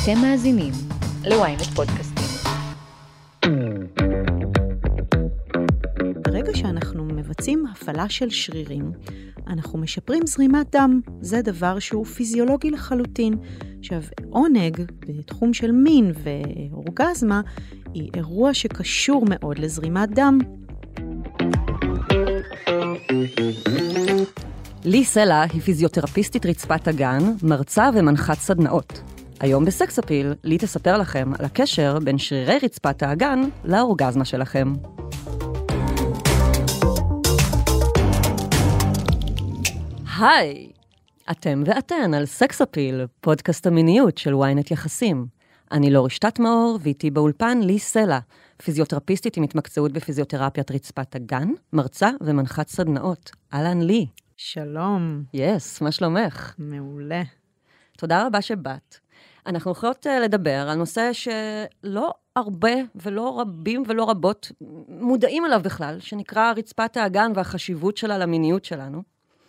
אתם מאזינים ל-ynet פודקאסטים. ברגע שאנחנו מבצעים הפעלה של שרירים, אנחנו משפרים זרימת דם. זה דבר שהוא פיזיולוגי לחלוטין. עכשיו, עונג בתחום של מין ואורגזמה היא אירוע שקשור מאוד לזרימת דם. לי סלע היא פיזיותרפיסטית רצפת הגן, מרצה ומנחת סדנאות. היום בסקס אפיל, לי תספר לכם על הקשר בין שרירי רצפת האגן לאורגזמה שלכם. היי, אתם ואתן על סקס אפיל, פודקאסט המיניות של ynet יחסים. אני לא רשתת מאור, ואיתי באולפן לי סלע, פיזיותרפיסטית עם התמקצעות בפיזיותרפיית רצפת הגן, מרצה ומנחת סדנאות. אהלן לי. שלום. יס, מה שלומך? מעולה. תודה רבה שבאת. אנחנו יכולות לדבר על נושא שלא הרבה ולא רבים ולא רבות מודעים עליו בכלל, שנקרא רצפת האגן והחשיבות שלה למיניות שלנו.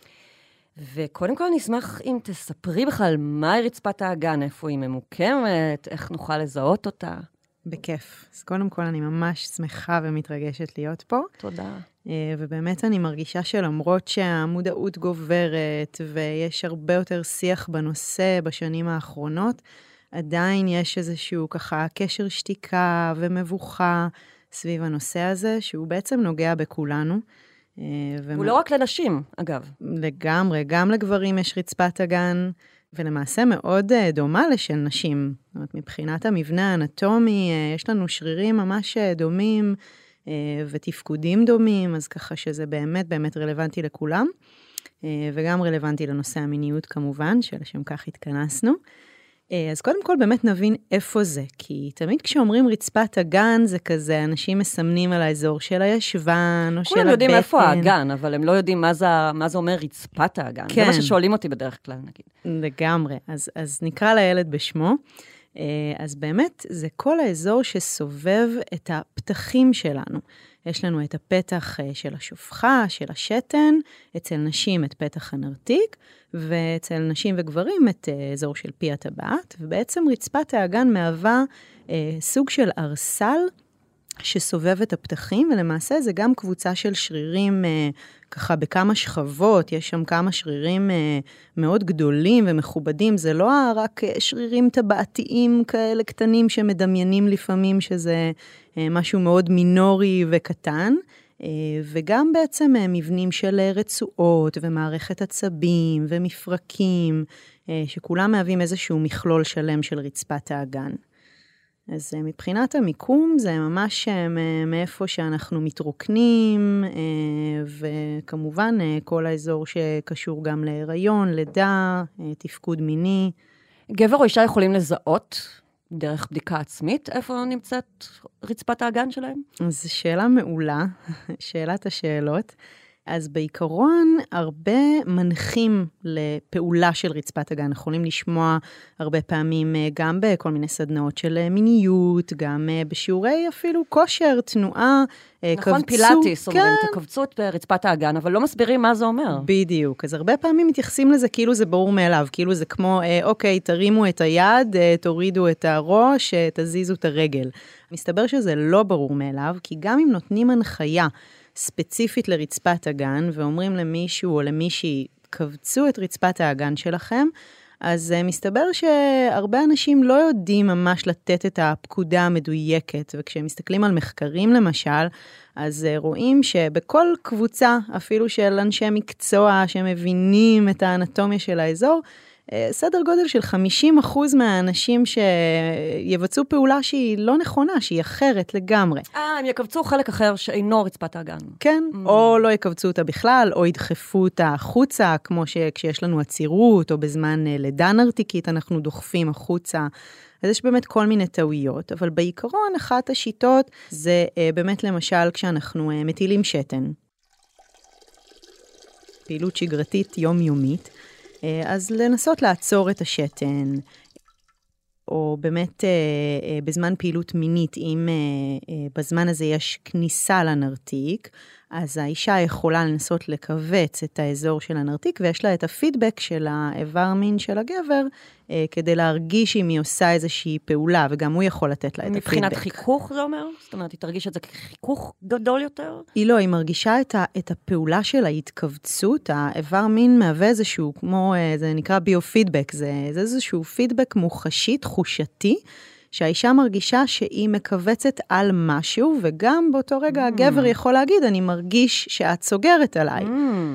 וקודם כל נשמח אם תספרי בכלל מהי רצפת האגן, איפה היא ממוקמת, איך נוכל לזהות אותה. בכיף. אז קודם כל אני ממש שמחה ומתרגשת להיות פה. תודה. ובאמת אני מרגישה שלמרות שהמודעות גוברת ויש הרבה יותר שיח בנושא בשנים האחרונות, עדיין יש איזשהו ככה קשר שתיקה ומבוכה סביב הנושא הזה, שהוא בעצם נוגע בכולנו. הוא לא רק לנשים, אגב. לגמרי, גם לגברים יש רצפת אגן, ולמעשה מאוד דומה לשל נשים. זאת אומרת, מבחינת המבנה האנטומי, יש לנו שרירים ממש דומים, ותפקודים דומים, אז ככה שזה באמת באמת רלוונטי לכולם, וגם רלוונטי לנושא המיניות כמובן, שלשם כך התכנסנו. אז קודם כל באמת נבין איפה זה, כי תמיד כשאומרים רצפת אגן, זה כזה, אנשים מסמנים על האזור של הישבן, או של הבטן. כולם יודעים איפה האגן, אבל הם לא יודעים מה זה אומר רצפת האגן. כן. זה מה ששואלים אותי בדרך כלל, נגיד. לגמרי, אז נקרא לילד בשמו. אז באמת זה כל האזור שסובב את הפתחים שלנו. יש לנו את הפתח של השופחה, של השתן, אצל נשים את פתח הנרתיק, ואצל נשים וגברים את אזור של פי הטבעת, ובעצם רצפת האגן מהווה סוג של ארסל שסובב את הפתחים, ולמעשה זה גם קבוצה של שרירים ככה בכמה שכבות, יש שם כמה שרירים מאוד גדולים ומכובדים, זה לא רק שרירים טבעתיים כאלה קטנים שמדמיינים לפעמים שזה משהו מאוד מינורי וקטן, וגם בעצם מבנים של רצועות ומערכת עצבים ומפרקים, שכולם מהווים איזשהו מכלול שלם של רצפת האגן. אז מבחינת המיקום זה ממש מאיפה שאנחנו מתרוקנים, וכמובן כל האזור שקשור גם להיריון, לידה, תפקוד מיני. גבר או אישה יכולים לזהות דרך בדיקה עצמית איפה נמצאת רצפת האגן שלהם? אז שאלה מעולה, שאלת השאלות. אז בעיקרון הרבה מנחים לפעולה של רצפת אגן, יכולים לשמוע הרבה פעמים גם בכל מיני סדנאות של מיניות, גם בשיעורי אפילו כושר, תנועה, נכון, פילאטיס, אומרים, תקבצו את רצפת האגן, אבל לא מסבירים מה זה אומר. בדיוק, אז הרבה פעמים מתייחסים לזה כאילו זה ברור מאליו, כאילו זה כמו, אוקיי, תרימו את היד, תורידו את הראש, תזיזו את הרגל. מסתבר שזה לא ברור מאליו, כי גם אם נותנים הנחיה, ספציפית לרצפת הגן, ואומרים למישהו או למישהי, קבצו את רצפת האגן שלכם, אז מסתבר שהרבה אנשים לא יודעים ממש לתת את הפקודה המדויקת, וכשהם מסתכלים על מחקרים למשל, אז רואים שבכל קבוצה, אפילו של אנשי מקצוע שמבינים את האנטומיה של האזור, סדר גודל של 50% מהאנשים שיבצעו פעולה שהיא לא נכונה, שהיא אחרת לגמרי. הם יקבצו חלק אחר שאינו רצפת האגן. כן, או לא יקבצו אותה בכלל, או ידחפו אותה החוצה, כמו שכשיש לנו עצירות, או בזמן לידה נרתיקית אנחנו דוחפים החוצה. אז יש באמת כל מיני טעויות, אבל בעיקרון אחת השיטות זה באמת למשל כשאנחנו מטילים שתן. פעילות שגרתית יומיומית. אז לנסות לעצור את השתן, או באמת בזמן פעילות מינית, אם בזמן הזה יש כניסה לנרתיק, אז האישה יכולה לנסות לכווץ את האזור של הנרתיק, ויש לה את הפידבק של האיבר מין של הגבר, כדי להרגיש אם היא עושה איזושהי פעולה, וגם הוא יכול לתת לה את הפידבק. מבחינת חיכוך זה אומר? זאת אומרת, היא תרגיש את זה כחיכוך גדול יותר? היא מרגישה את הפעולה של ההתכווצות, האיבר מין מהווה איזשהו, כמו, זה נקרא ביו-פידבק, זה איזשהו פידבק מוחשי, תחושתי, שהאישה מרגישה שהיא מקווצת על משהו, וגם באותו רגע הגבר יכול להגיד, אני מרגיש שאת סוגרת עליי.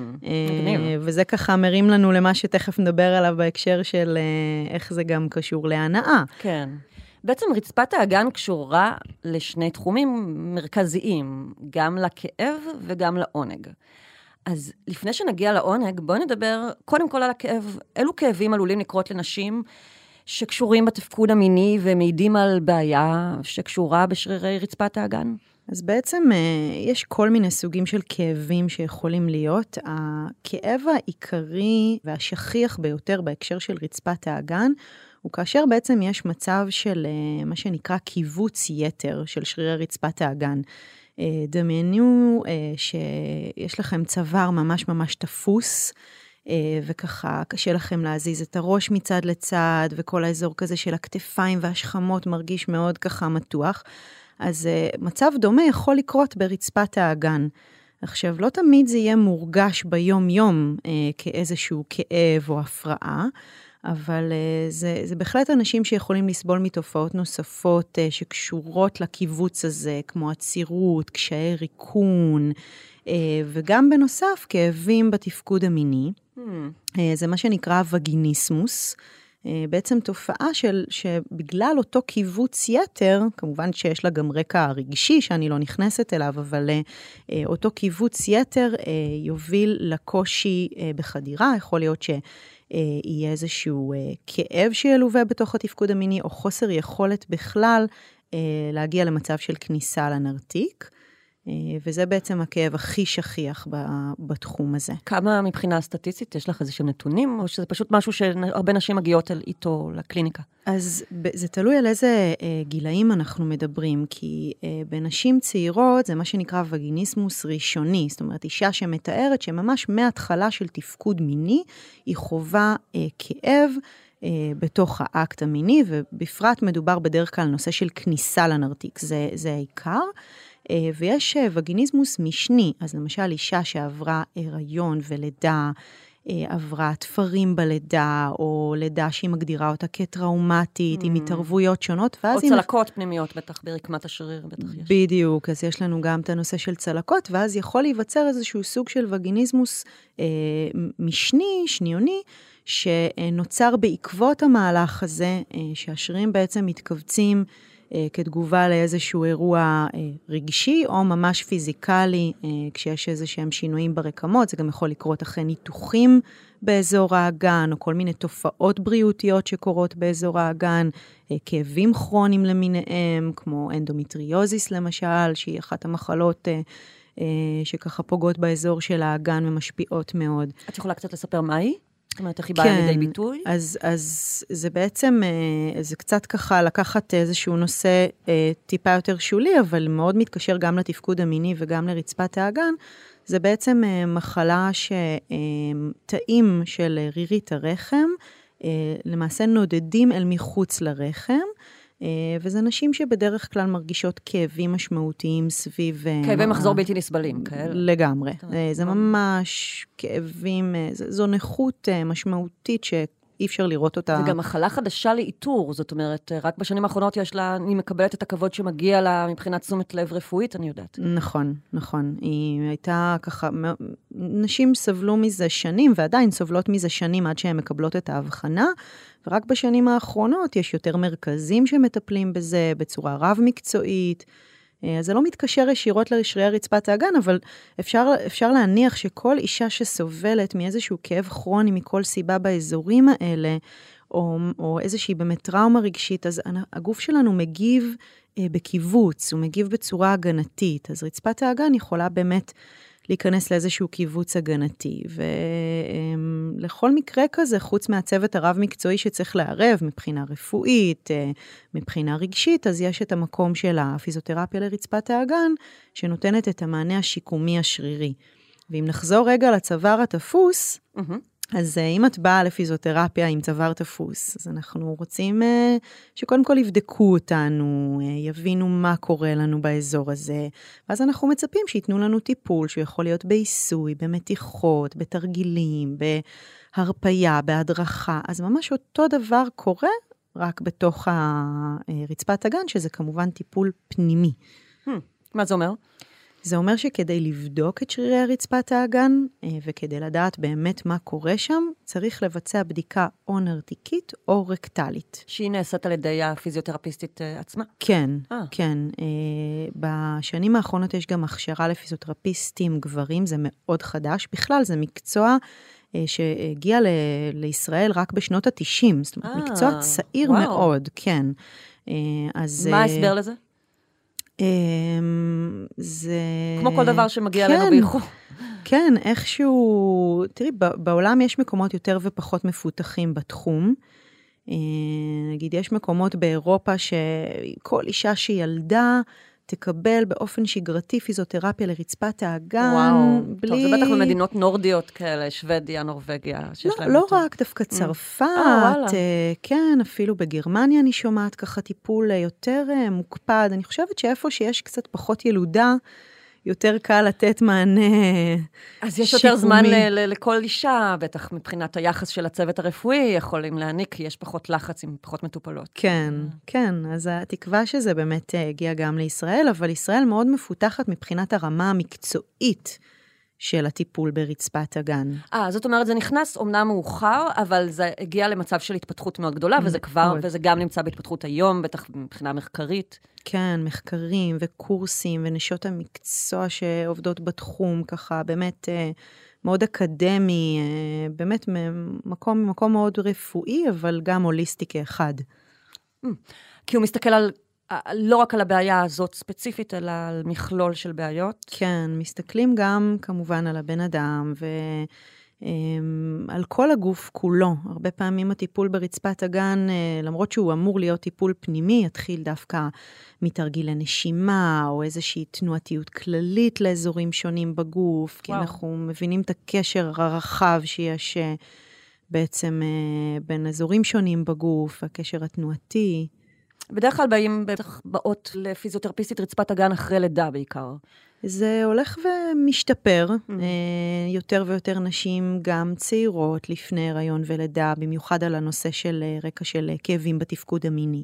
וזה ככה מרים לנו למה שתכף נדבר עליו בהקשר של איך זה גם קשור להנאה. כן. בעצם רצפת האגן קשורה לשני תחומים מרכזיים, גם לכאב וגם לעונג. אז לפני שנגיע לעונג, בואו נדבר קודם כל על הכאב. אילו כאבים עלולים לקרות לנשים שקשורים בתפקוד המיני ומעידים על בעיה שקשורה בשרירי רצפת האגן? אז בעצם יש כל מיני סוגים של כאבים שיכולים להיות. הכאב העיקרי והשכיח ביותר בהקשר של רצפת האגן, הוא כאשר בעצם יש מצב של מה שנקרא קיבוץ יתר של שרירי רצפת האגן. דמיינו שיש לכם צוואר ממש ממש תפוס, וככה קשה לכם להזיז את הראש מצד לצד, וכל האזור כזה של הכתפיים והשכמות מרגיש מאוד ככה מתוח. אז מצב דומה יכול לקרות ברצפת האגן. עכשיו, לא תמיד זה יהיה מורגש ביום-יום כאיזשהו כאב או הפרעה, אבל זה בהחלט אנשים שיכולים לסבול מתופעות נוספות שקשורות לקיבוץ הזה, כמו עצירות, קשיי ריקון, וגם בנוסף כאבים בתפקוד המיני. זה מה שנקרא וגיניסמוס, בעצם תופעה שבגלל אותו קיבוץ יתר, כמובן שיש לה גם רקע רגשי שאני לא נכנסת אליו, אבל אותו קיבוץ יתר יוביל לקושי בחדירה, יכול להיות שיהיה איזשהו כאב שילווה בתוך התפקוד המיני, או חוסר יכולת בכלל להגיע למצב של כניסה לנרתיק. וזה בעצם הכאב הכי שכיח בתחום הזה. כמה מבחינה סטטיסטית יש לך איזשהם נתונים, או שזה פשוט משהו שהרבה נשים מגיעות איתו לקליניקה? אז זה תלוי על איזה גילאים אנחנו מדברים, כי בנשים צעירות זה מה שנקרא וגיניסמוס ראשוני, זאת אומרת אישה שמתארת שממש מההתחלה של תפקוד מיני, היא חובה כאב, בתוך האקט המיני, ובפרט מדובר בדרך כלל נושא של כניסה לנרתיק, זה העיקר. ויש וגיניזמוס משני, אז למשל אישה שעברה הריון ולידה, עברה תפרים בלידה, או לידה שהיא מגדירה אותה כטראומטית, עם התערבויות שונות. או צלקות פנימיות, בטח ברקמת השריר, בטח יש. בדיוק, אז יש לנו גם את הנושא של צלקות, ואז יכול להיווצר איזשהו סוג של וגיניזמוס משני, שניוני, שנוצר בעקבות המהלך הזה, שהשרירים בעצם מתכווצים, כתגובה לאיזשהו אירוע רגשי או ממש פיזיקלי, כשיש איזשהם שינויים ברקמות, זה גם יכול לקרות אחרי ניתוחים באזור האגן, או כל מיני תופעות בריאותיות שקורות באזור האגן, כאבים כרוניים למיניהם, כמו אנדומטריוזיס למשל, שהיא אחת המחלות שככה פוגעות באזור של האגן ומשפיעות מאוד. את יכולה קצת לספר מה היא? זאת אומרת, איך היא באה לידי ביטוי? אז זה בעצם, זה קצת ככה לקחת איזשהו נושא טיפה יותר שולי, אבל מאוד מתקשר גם לתפקוד המיני וגם לרצפת האגן. זה בעצם מחלה שתאים של רירית הרחם, למעשה נודדים אל מחוץ לרחם, וזה נשים שבדרך כלל מרגישות כאבים משמעותיים סביב... כאבי מחזור בלתי נסבלים, כאלה. לגמרי. זה ממש כאבים, זו נכות משמעותית שאי אפשר לראות אותה. זה גם מחלה חדשה לאיתור, זאת אומרת, רק בשנים האחרונות אני מקבלת את הכבוד שמגיע לה מבחינת תשומת לב רפואית, אני יודעת. נכון, נכון. היא הייתה ככה, נשים סבלו מזה שנים, ועדיין סובלות מזה שנים עד שהן מקבלות את ההבחנה, ורק בשנים האחרונות יש יותר מרכזים שמטפלים בזה בצורה רב-מקצועית. אז זה לא מתקשר ישירות לשרירי רצפת האגן, אבל אפשר להניח שכל אישה שסובלת מאיזשהו כאב כרוני מכל סיבה באזורים האלה, או איזושהי באמת טראומה רגשית, אז הגוף שלנו מגיב בקיבוץ, הוא מגיב בצורה הגנתית. אז רצפת האגן יכולה באמת להיכנס לאיזשהו קיבוץ הגנתי. ולכל מקרה כזה, חוץ מהצוות הרב-מקצועי שצריך לערב, מבחינה רפואית, מבחינה רגשית, אז יש את המקום של הפיזיותרפיה לרצפת האגן, שנותנת את המענה השיקומי השרירי. ואם נחזור רגע לצוואר התפוס, אז אם את באה לפיזיותרפיה עם צוואר תפוס, אז אנחנו רוצים שקודם כל יבדקו אותנו, יבינו מה קורה לנו באזור הזה, ואז אנחנו מצפים שיתנו לנו טיפול שיכול להיות בעיסוי, במתיחות, בתרגילים, בהרפיה, בהדרכה, אז ממש אותו דבר קורה רק בתוך רצפת הגן, שזה כמובן טיפול פנימי. מה זה אומר? זה אומר שכדי לבדוק את שרירי הרצפת האגן, וכדי לדעת באמת מה קורה שם, צריך לבצע בדיקה או נרתיקית או רקטלית. שהיא נעשית על ידי הפיזיותרפיסטית עצמה? כן, כן. בשנים האחרונות יש גם הכשרה לפיזיותרפיסטים גברים, זה מאוד חדש. בכלל זה מקצוע שהגיע לישראל רק בשנות ה-90, זאת אומרת, מקצוע צעיר מאוד, כן. מה ההסבר לזה? זה... כמו כל דבר שמגיע אלינו באיחור. כן, איכשהו... תראי, בעולם יש מקומות יותר ופחות מפותחים בתחום. נגיד, יש מקומות באירופה שכל אישה שילדה תקבל באופן שגרתי פיזיותרפיה לרצפת האגן. וואו, טוב, זה בטח במדינות נורדיות כאלה, שוודיה, נורווגיה, שיש להם לא יותר. רק, דווקא צרפת, כן, אפילו בגרמניה אני שומעת ככה טיפול יותר מוקפד. אני חושבת שאיפה שיש קצת פחות ילודה, יותר קל לתת מענה שיקומי. אז יש יותר זמן לכל אישה, בטח מבחינת היחס של הצוות הרפואי, יכולים להעניק, כי יש פחות לחץ עם פחות מטופלות. כן, כן, אז התקווה שזה באמת הגיע גם לישראל, אבל ישראל מאוד מפותחת מבחינת הרמה המקצועית של הטיפול ברצפת הגן. זאת אומרת, זה נכנס אומנם מאוחר, אבל זה הגיע למצב של התפתחות מאוד גדולה, וזה כבר, וזה גם נמצא בהתפתחות היום, בטח מבחינה מחקרית. כן, מחקרים וקורסים ונשות המקצוע שעובדות בתחום, ככה באמת מאוד אקדמי, באמת מקום מאוד רפואי, אבל גם הוליסטי כאחד. כי הוא מסתכל על לא רק על הבעיה הזאת ספציפית, אלא על מכלול של בעיות. כן, מסתכלים גם כמובן על הבן אדם, ועל כל הגוף כולו. הרבה פעמים הטיפול ברצפת הגן, למרות שהוא אמור להיות טיפול פנימי, יתחיל דווקא מתרגילי נשימה, או איזושהי תנועתיות כללית לאזורים שונים בגוף, כי אנחנו מבינים את הקשר הרחב שיש בעצם בין אזורים שונים בגוף, הקשר התנועתי. בדרך כלל בטח באות לפיזיותרפיסטית רצפת הגן אחרי לידה בעיקר. זה הולך ומשתפר, יותר ויותר נשים גם צעירות לפני הריון ולידה, במיוחד על הנושא של רקע של כאבים בתפקוד המיני.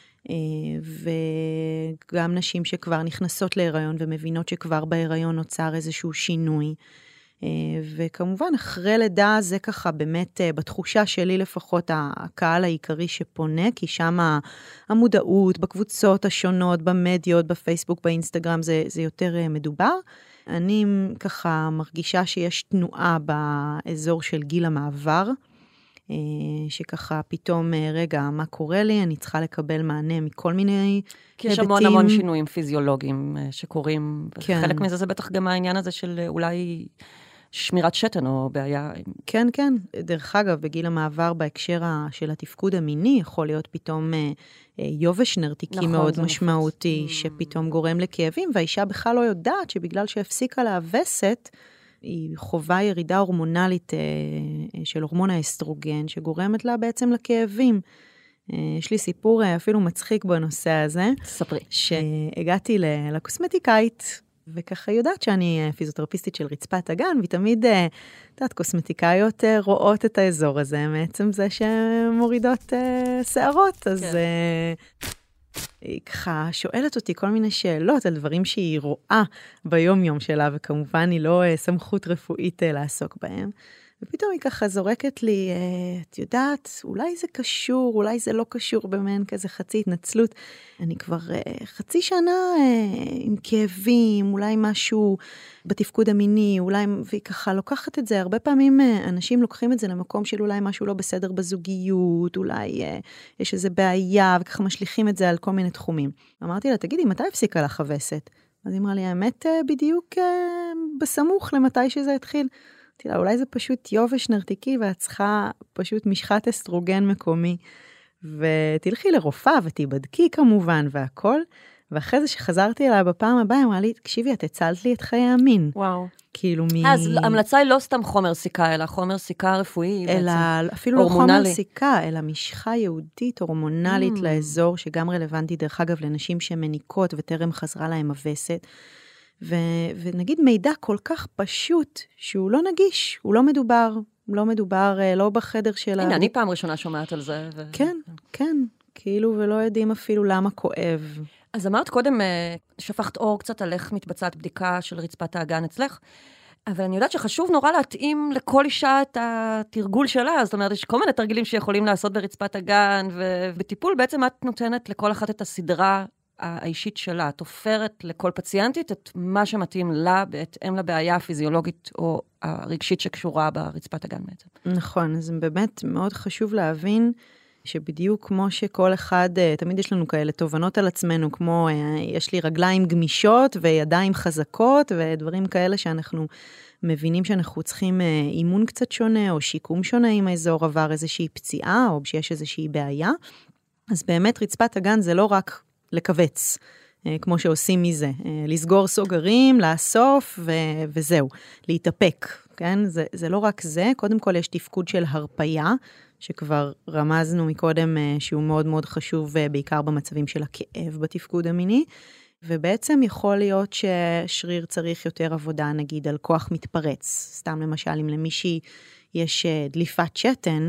וגם נשים שכבר נכנסות להיריון ומבינות שכבר בהיריון נוצר איזשהו שינוי. וכמובן, אחרי לידה זה ככה באמת, בתחושה שלי לפחות, הקהל העיקרי שפונה, כי שם המודעות בקבוצות השונות, במדיות, בפייסבוק, באינסטגרם, זה יותר מדובר. אני ככה מרגישה שיש תנועה באזור של גיל המעבר, שככה פתאום, רגע, מה קורה לי? אני צריכה לקבל מענה מכל מיני היבטים. כי יש המון שינויים פיזיולוגיים שקורים, וחלק מזה זה בטח גם העניין הזה של אולי שמירת שתן או בעיה. כן, כן. דרך אגב, בגיל המעבר בהקשר של התפקוד המיני, יכול להיות פתאום יובש נרתיקי מאוד משמעותי, שפתאום גורם לכאבים, והאישה בכלל לא יודעת שבגלל שהפסיקה להווסת, היא חובה ירידה הורמונלית של הורמון האסטרוגן, שגורמת לה בעצם לכאבים. יש לי סיפור אפילו מצחיק בנושא הזה. ספרי. שהגעתי לקוסמטיקאית, וככה יודעת שאני פיזיותרפיסטית של רצפת הגן, ותמיד, יודעת, קוסמטיקאיות רואות את האזור הזה, מעצם זה שמורידות שערות, אז היא ככה שואלת אותי כל מיני שאלות על דברים שהיא רואה ביום-יום שלה, וכמובן היא לא סמכות רפואית לעסוק בהם. ופתאום היא ככה זורקת לי, את יודעת, אולי זה קשור, אולי זה לא קשור במעין כזה חצי התנצלות. אני כבר חצי שנה עם כאבים, אולי משהו בתפקוד המיני, אולי, והיא ככה לוקחת את זה. הרבה פעמים אנשים לוקחים את זה למקום של אולי משהו לא בסדר בזוגיות, אולי יש איזו בעיה, וככה משליכים את זה על כל מיני תחומים. אמרתי לה, תגידי, מתי הפסיקה לך הווסת? אז היא אמרה לי, האמת בדיוק בסמוך למתי שזה התחיל. אמרתי לה, אולי זה פשוט יובש נרתיקי, ואת צריכה פשוט משחת אסטרוגן מקומי, ותלכי לרופאה ותיבדקי כמובן והכל, ואחרי זה שחזרתי אליה בפעם הבאה, אמרה לי, תקשיבי, את הצלת לי את חיי המין. וואו. כאילו אז המלצה היא לא סתם חומר סיכה, אלא חומר סיכה רפואי. אלא אפילו לא חומר סיכה, אלא משחה יהודית, הורמונלית לאזור, שגם רלוונטי דרך אגב לנשים שמניקות וטרם חזרה להם הווסת. ונגיד מידע כל כך פשוט, שהוא לא נגיש, הוא לא מדובר, לא בחדר שלה. הנה, אני פעם ראשונה שומעת על זה. כן, כן, כאילו ולא יודעים אפילו למה כואב. אז אמרת קודם, שפכת אור קצת על איך מתבצעת בדיקה של רצפת האגן אצלך, אבל אני יודעת שחשוב נורא להתאים לכל אישה את התרגול שלה, זאת אומרת, יש כל מיני תרגילים שיכולים לעשות ברצפת הגן, ובטיפול בעצם את נותנת לכל אחת את הסדרה האישית שלה, את תופרת לכל פציינטית את מה שמתאים לה, בהתאם לבעיה הפיזיולוגית או הרגשית שקשורה ברצפת הגן בעצם. נכון, אז באמת מאוד חשוב להבין, שבדיוק כמו שכל אחד, תמיד יש לנו כאלה תובנות על עצמנו, כמו יש לי רגליים גמישות וידיים חזקות ודברים כאלה שאנחנו מבינים שאנחנו צריכים אימון קצת שונה או שיקום שונה אם האזור עבר איזושהי פציעה או שיש איזושהי בעיה. אז באמת רצפת הגן זה לא רק לקבץ, כמו שעושים מזה, לסגור סוגרים, לאסוף וזהו, להתאפק, כן? זה לא רק זה, קודם כל יש תפקוד של הרפיה, שכבר רמזנו מקודם שהוא מאוד מאוד חשוב, בעיקר במצבים של הכאב בתפקוד המיני, ובעצם יכול להיות ששריר צריך יותר עבודה, נגיד, על כוח מתפרץ. סתם למשל, אם למישהי יש דליפת שתן,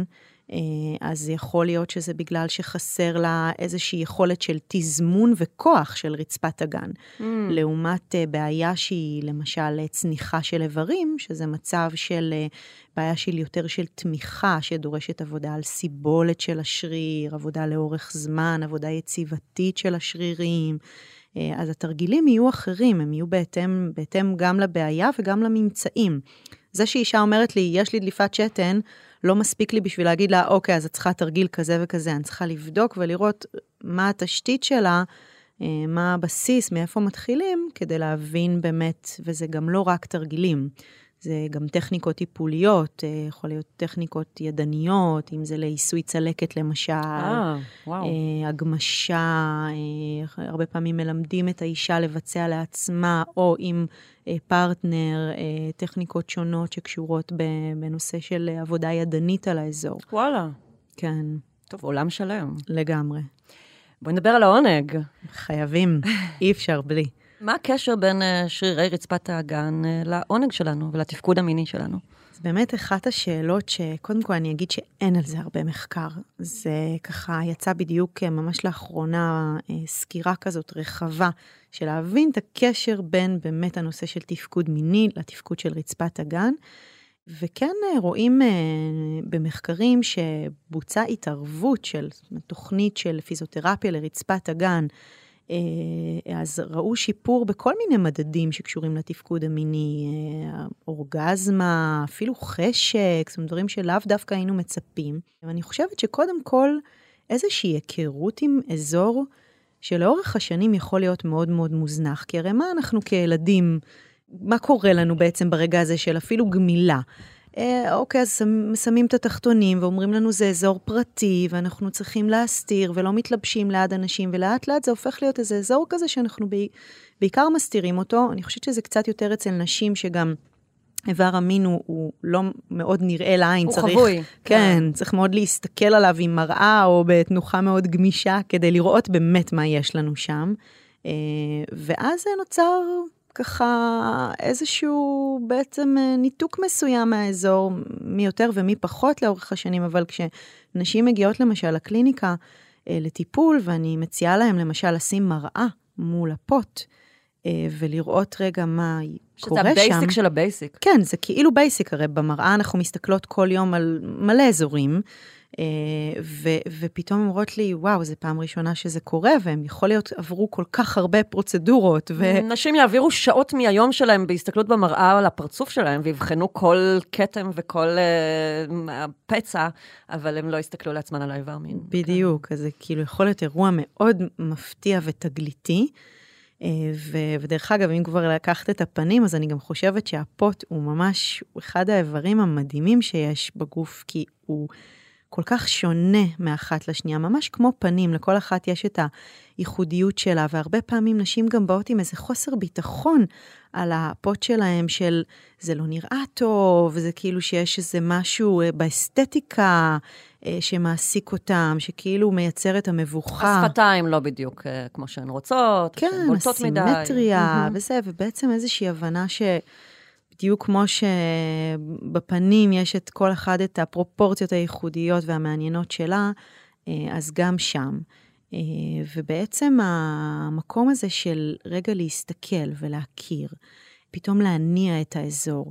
אז יכול להיות שזה בגלל שחסר לה איזושהי יכולת של תזמון וכוח של רצפת הגן. לעומת בעיה שהיא למשל צניחה של איברים, שזה מצב של בעיה של יותר של תמיכה, שדורשת עבודה על סיבולת של השריר, עבודה לאורך זמן, עבודה יציבתית של השרירים. אז התרגילים יהיו אחרים, הם יהיו בהתאם גם לבעיה וגם לממצאים. זה שאישה אומרת לי, יש לי דליפת שתן, לא מספיק לי בשביל להגיד לה, אוקיי, אז את צריכה תרגיל כזה וכזה, אני צריכה לבדוק ולראות מה התשתית שלה, מה הבסיס, מאיפה מתחילים, כדי להבין באמת, וזה גם לא רק תרגילים, זה גם טכניקות טיפוליות, יכול להיות טכניקות ידניות, אם זה לעיסוי צלקת למשל, הגמשה, הרבה פעמים מלמדים את האישה לבצע לעצמה, או עם פרטנר, טכניקות שונות שקשורות בנושא של עבודה ידנית על האזור. וואלה. כן. טוב, עולם שלם. לגמרי. בואי נדבר על העונג. חייבים, אי אפשר בלי. מה הקשר בין שרירי רצפת האגן לעונג שלנו ולתפקוד המיני שלנו? אז באמת אחת השאלות שקודם כל אני אגיד שאין על זה הרבה מחקר. זה ככה יצא בדיוק ממש לאחרונה סקירה כזאת רחבה של להבין את הקשר בין באמת הנושא של תפקוד מיני לתפקוד של רצפת הגן. וכן רואים במחקרים שבוצע התערבות של תוכנית של פיזיותרפיה לרצפת הגן, אז ראו שיפור בכל מיני מדדים שקשורים לתפקוד המיני, אורגזמה, אפילו חשק, זאת אומרת, דברים שלאו דווקא היינו מצפים. ואני חושבת שקודם כל איזושהי היכרות עם אזור שלאורך השנים יכול להיות מאוד מאוד מוזנח, כי הרי מה אנחנו כילדים, מה קורה לנו בעצם ברגע הזה של אפילו גמילה? אוקיי, אז שמים את התחתונים ואומרים לנו זה אזור פרטי ואנחנו צריכים להסתיר ולא מתלבשים ליד אנשים, ולאט לאט זה הופך להיות איזה אזור כזה שאנחנו בעיקר מסתירים אותו. אני חושבת שזה קצת יותר אצל נשים שגם איבר המין הוא לא מאוד נראה לעין. הוא חבוי. כן, צריך מאוד להסתכל עליו עם מראה או בתנוחה מאוד גמישה כדי לראות באמת מה יש לנו שם. ואז זה נוצר ככה איזשהו בעצם ניתוק מסוים מהאזור, מי יותר ומי פחות לאורך השנים, אבל כשנשים מגיעות למשל לקליניקה לטיפול, ואני מציעה להם למשל לשים מראה מול הפוט, ולראות רגע מה קורה שם. שזה הבייסיק של הבייסיק. כן, זה כאילו בייסיק, הרי במראה אנחנו מסתכלות כל יום על מלא אזורים, ופתאום אומרות לי, וואו, זה פעם ראשונה שזה קורה, והם יכול להיות עברו כל כך הרבה פרוצדורות. נשים יעבירו שעות מהיום שלהם בהסתכלות במראה על הפרצוף שלהם, ויבחנו כל קטם וכל פצע, אבל הם לא יסתכלו לעצמן על האיבר מין. בדיוק, אז זה כאילו יכול להיות אירוע מאוד מפתיע ותגליתי, ודרך אגב, אם כבר לקחת את הפנים, אז אני גם חושבת שהפוט הוא ממש אחד האיברים המדהימים שיש בגוף, כי הוא כל כך שונה מאחת לשנייה, ממש כמו פנים, לכל אחת יש את הייחודיות שלה, והרבה פעמים נשים גם באות עם איזה חוסר ביטחון על הפוט שלהם, של זה לא נראה טוב, זה כאילו שיש איזה משהו באסתטיקה שמעסיק אותם, שכאילו מייצר את המבוכה. השפתיים לא בדיוק כמו שהן רוצות, כן, בולטות מדי. הסימטריה וזה, ובעצם איזושהי הבנה בדיוק כמו שבפנים יש את כל אחד את הפרופורציות הייחודיות והמעניינות שלה, אז גם שם. ובעצם המקום הזה של רגע להסתכל ולהכיר, פתאום להניע את האזור,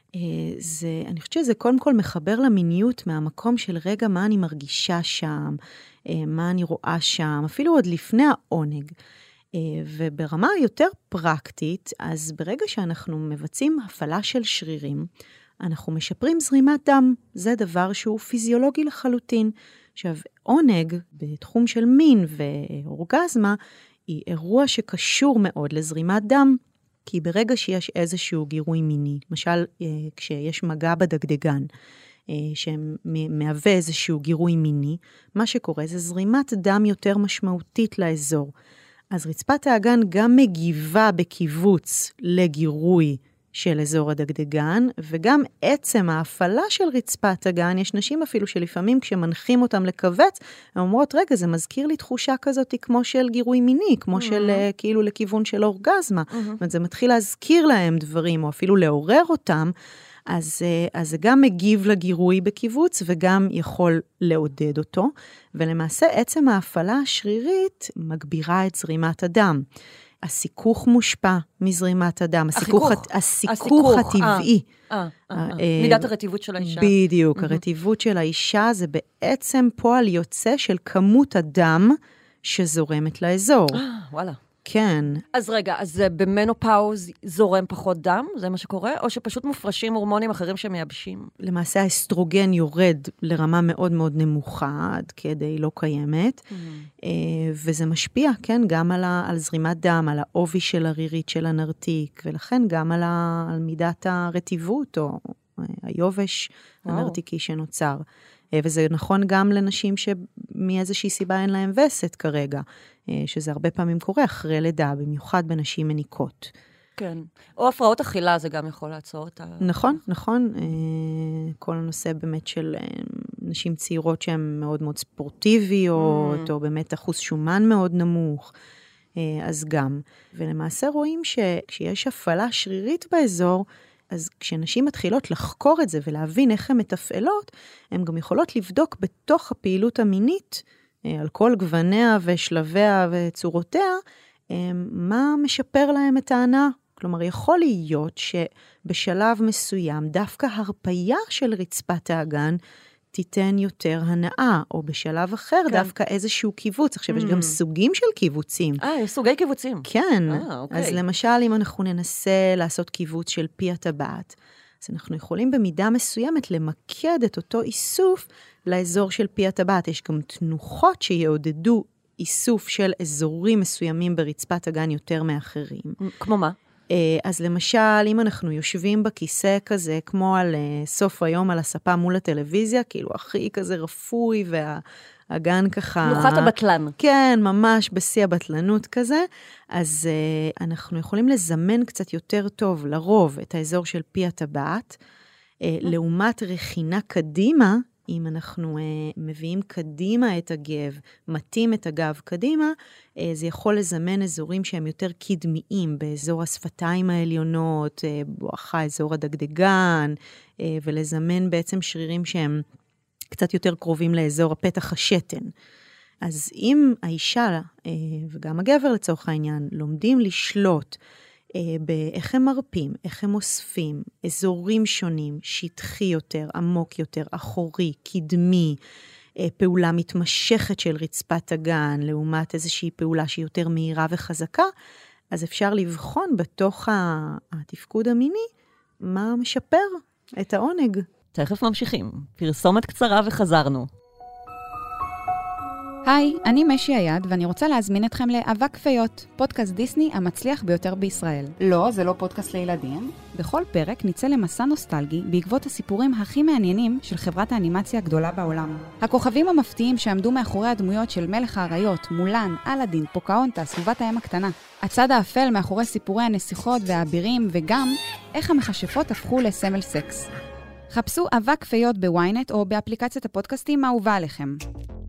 אני חושבת שזה קודם כל מחבר למיניות מהמקום של רגע מה אני מרגישה שם, מה אני רואה שם, אפילו עוד לפני העונג. וברמה יותר פרקטית, אז ברגע שאנחנו מבצעים הפעלה של שרירים, אנחנו משפרים זרימת דם. זה דבר שהוא פיזיולוגי לחלוטין. עכשיו, עונג בתחום של מין ואורגזמה, היא אירוע שקשור מאוד לזרימת דם, כי ברגע שיש איזשהו גירוי מיני, למשל כשיש מגע בדגדגן, שמהווה איזשהו גירוי מיני, מה שקורה זה זרימת דם יותר משמעותית לאזור. אז רצפת האגן גם מגיבה בקיבוץ לגירוי של אזור הדגדגן, וגם עצם ההפעלה של רצפת הגן, יש נשים אפילו שלפעמים כשמנחים אותם לכווץ, הן אומרות, רגע, זה מזכיר לי תחושה כזאת כמו של גירוי מיני, כמו של כאילו לכיוון של אורגזמה. זאת אומרת, זה מתחיל להזכיר להם דברים, או אפילו לעורר אותם, אז זה גם מגיב לגירוי בקיבוץ, וגם יכול לעודד אותו, ולמעשה עצם ההפעלה השרירית מגבירה את זרימת הדם. הסיכוך מושפע מזרימת הדם, הסיכוך הטבעי. מידת הרטיבות של האישה. בדיוק, הרטיבות של האישה זה בעצם פועל יוצא של כמות הדם שזורמת לאזור. וואלה. כן. אז רגע, אז במנופאוז זורם פחות דם? זה מה שקורה? או שפשוט מופרשים הורמונים אחרים שמייבשים? למעשה האסטרוגן יורד לרמה מאוד מאוד נמוכה, עד כדי לא קיימת, וזה משפיע, כן, גם על זרימת דם, על העובי של הרירית של הנרתיק, ולכן גם על מידת הרטיבות, או היובש הנרתיקי שנוצר. וזה נכון גם לנשים שמאיזושהי סיבה אין להם וסת כרגע, שזה הרבה פעמים קורה אחרי לידה, במיוחד בנשים מניקות. כן. או הפרעות אכילה, זה גם יכול לעצור את ה... נכון, נכון. כל הנושא באמת של נשים צעירות שהן מאוד מאוד ספורטיביות, או באמת אחוז שומן מאוד נמוך, אז גם. ולמעשה רואים שכשיש הפעלה שרירית באזור, אז כשנשים מתחילות לחקור את זה ולהבין איך הן מתפעלות, הן גם יכולות לבדוק בתוך הפעילות המינית, על כל גווניה ושלביה וצורותיה, מה משפר להם את ההנאה. כלומר, יכול להיות שבשלב מסוים, דווקא הרפיה של רצפת האגן, תיתן יותר הנאה, או בשלב אחר, כן. דווקא איזשהו קיבוץ. עכשיו, יש גם סוגים של קיבוצים. יש סוגי קיבוצים. כן. אז למשל, אם אנחנו ננסה לעשות קיבוץ של פי הטבעת, אז אנחנו יכולים במידה מסוימת למקד את אותו איסוף לאזור של פי הטבעת. יש גם תנוחות שיעודדו איסוף של אזורים מסוימים ברצפת הגן יותר מאחרים. כמו מה? אז למשל, אם אנחנו יושבים בכיסא כזה, כמו על סוף היום על הספה מול הטלוויזיה, כאילו הכי כזה רפוי והגן ככה... נוחת הבטלן. כן, ממש בשיא הבטלנות כזה. אז אנחנו יכולים לזמן קצת יותר טוב, לרוב, את האזור של פי הטבעת, לעומת רכינה קדימה, אם אנחנו מביאים קדימה את הגב, מתאים את הגב קדימה, זה יכול לזמן אזורים שהם יותר קדמיים, באזור השפתיים העליונות, בואכה אזור הדגדגן, ולזמן בעצם שרירים שהם קצת יותר קרובים לאזור הפתח השתן. אז אם האישה וגם הגבר לצורך העניין לומדים לשלוט באיך הם מרפים, איך הם אוספים, אזורים שונים, שטחי יותר, עמוק יותר, אחורי, קדמי, פעולה מתמשכת של רצפת הגן, לעומת איזושהי פעולה שהיא יותר מהירה וחזקה, אז אפשר לבחון בתוך התפקוד המיני, מה משפר את העונג. תכף ממשיכים. פרסומת קצרה וחזרנו. היי, אני משי היד, ואני רוצה להזמין אתכם לאבק פיות, פודקאסט דיסני המצליח ביותר בישראל. לא, זה לא פודקאסט לילדים. בכל פרק נצא למסע נוסטלגי בעקבות הסיפורים הכי מעניינים של חברת האנימציה הגדולה בעולם. הכוכבים המפתיעים שעמדו מאחורי הדמויות של מלך האריות, מולן, אלאדין, פוקהונטס, סביבת הים הקטנה. הצד האפל מאחורי סיפורי הנסיכות והאבירים, וגם איך המכשפות הפכו לסמל סקס. חפשו אבק פיות בוויינט או באפליקציית הפודקאסטים האהובה עליכם.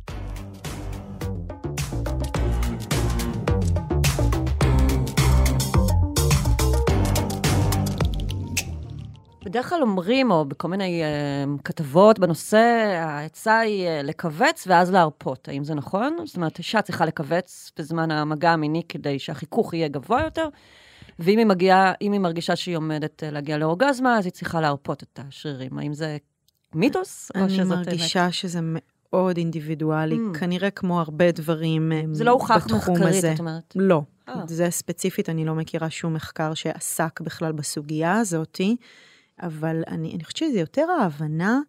בדרך כלל אומרים, או בכל מיני כתבות בנושא, העצה היא לקבץ ואז להרפות. האם זה נכון? זאת אומרת, אישה צריכה לקבץ בזמן המגע המיני כדי שהחיכוך יהיה גבוה יותר, ואם היא מרגישה שהיא עומדת להגיע לאורגזמה, אז היא צריכה להרפות את השרירים. האם זה מיתוס? אני מרגישה שזה מאוד אינדיבידואלי, כנראה כמו הרבה דברים בתחום הזה. זה לא הוכח מחקרית, את אומרת? לא. זה ספציפית, אני לא מכירה שום מחקר שעסק בכלל בסוגיה הזאת, אבל אני חושבת שזה יותר ההבנה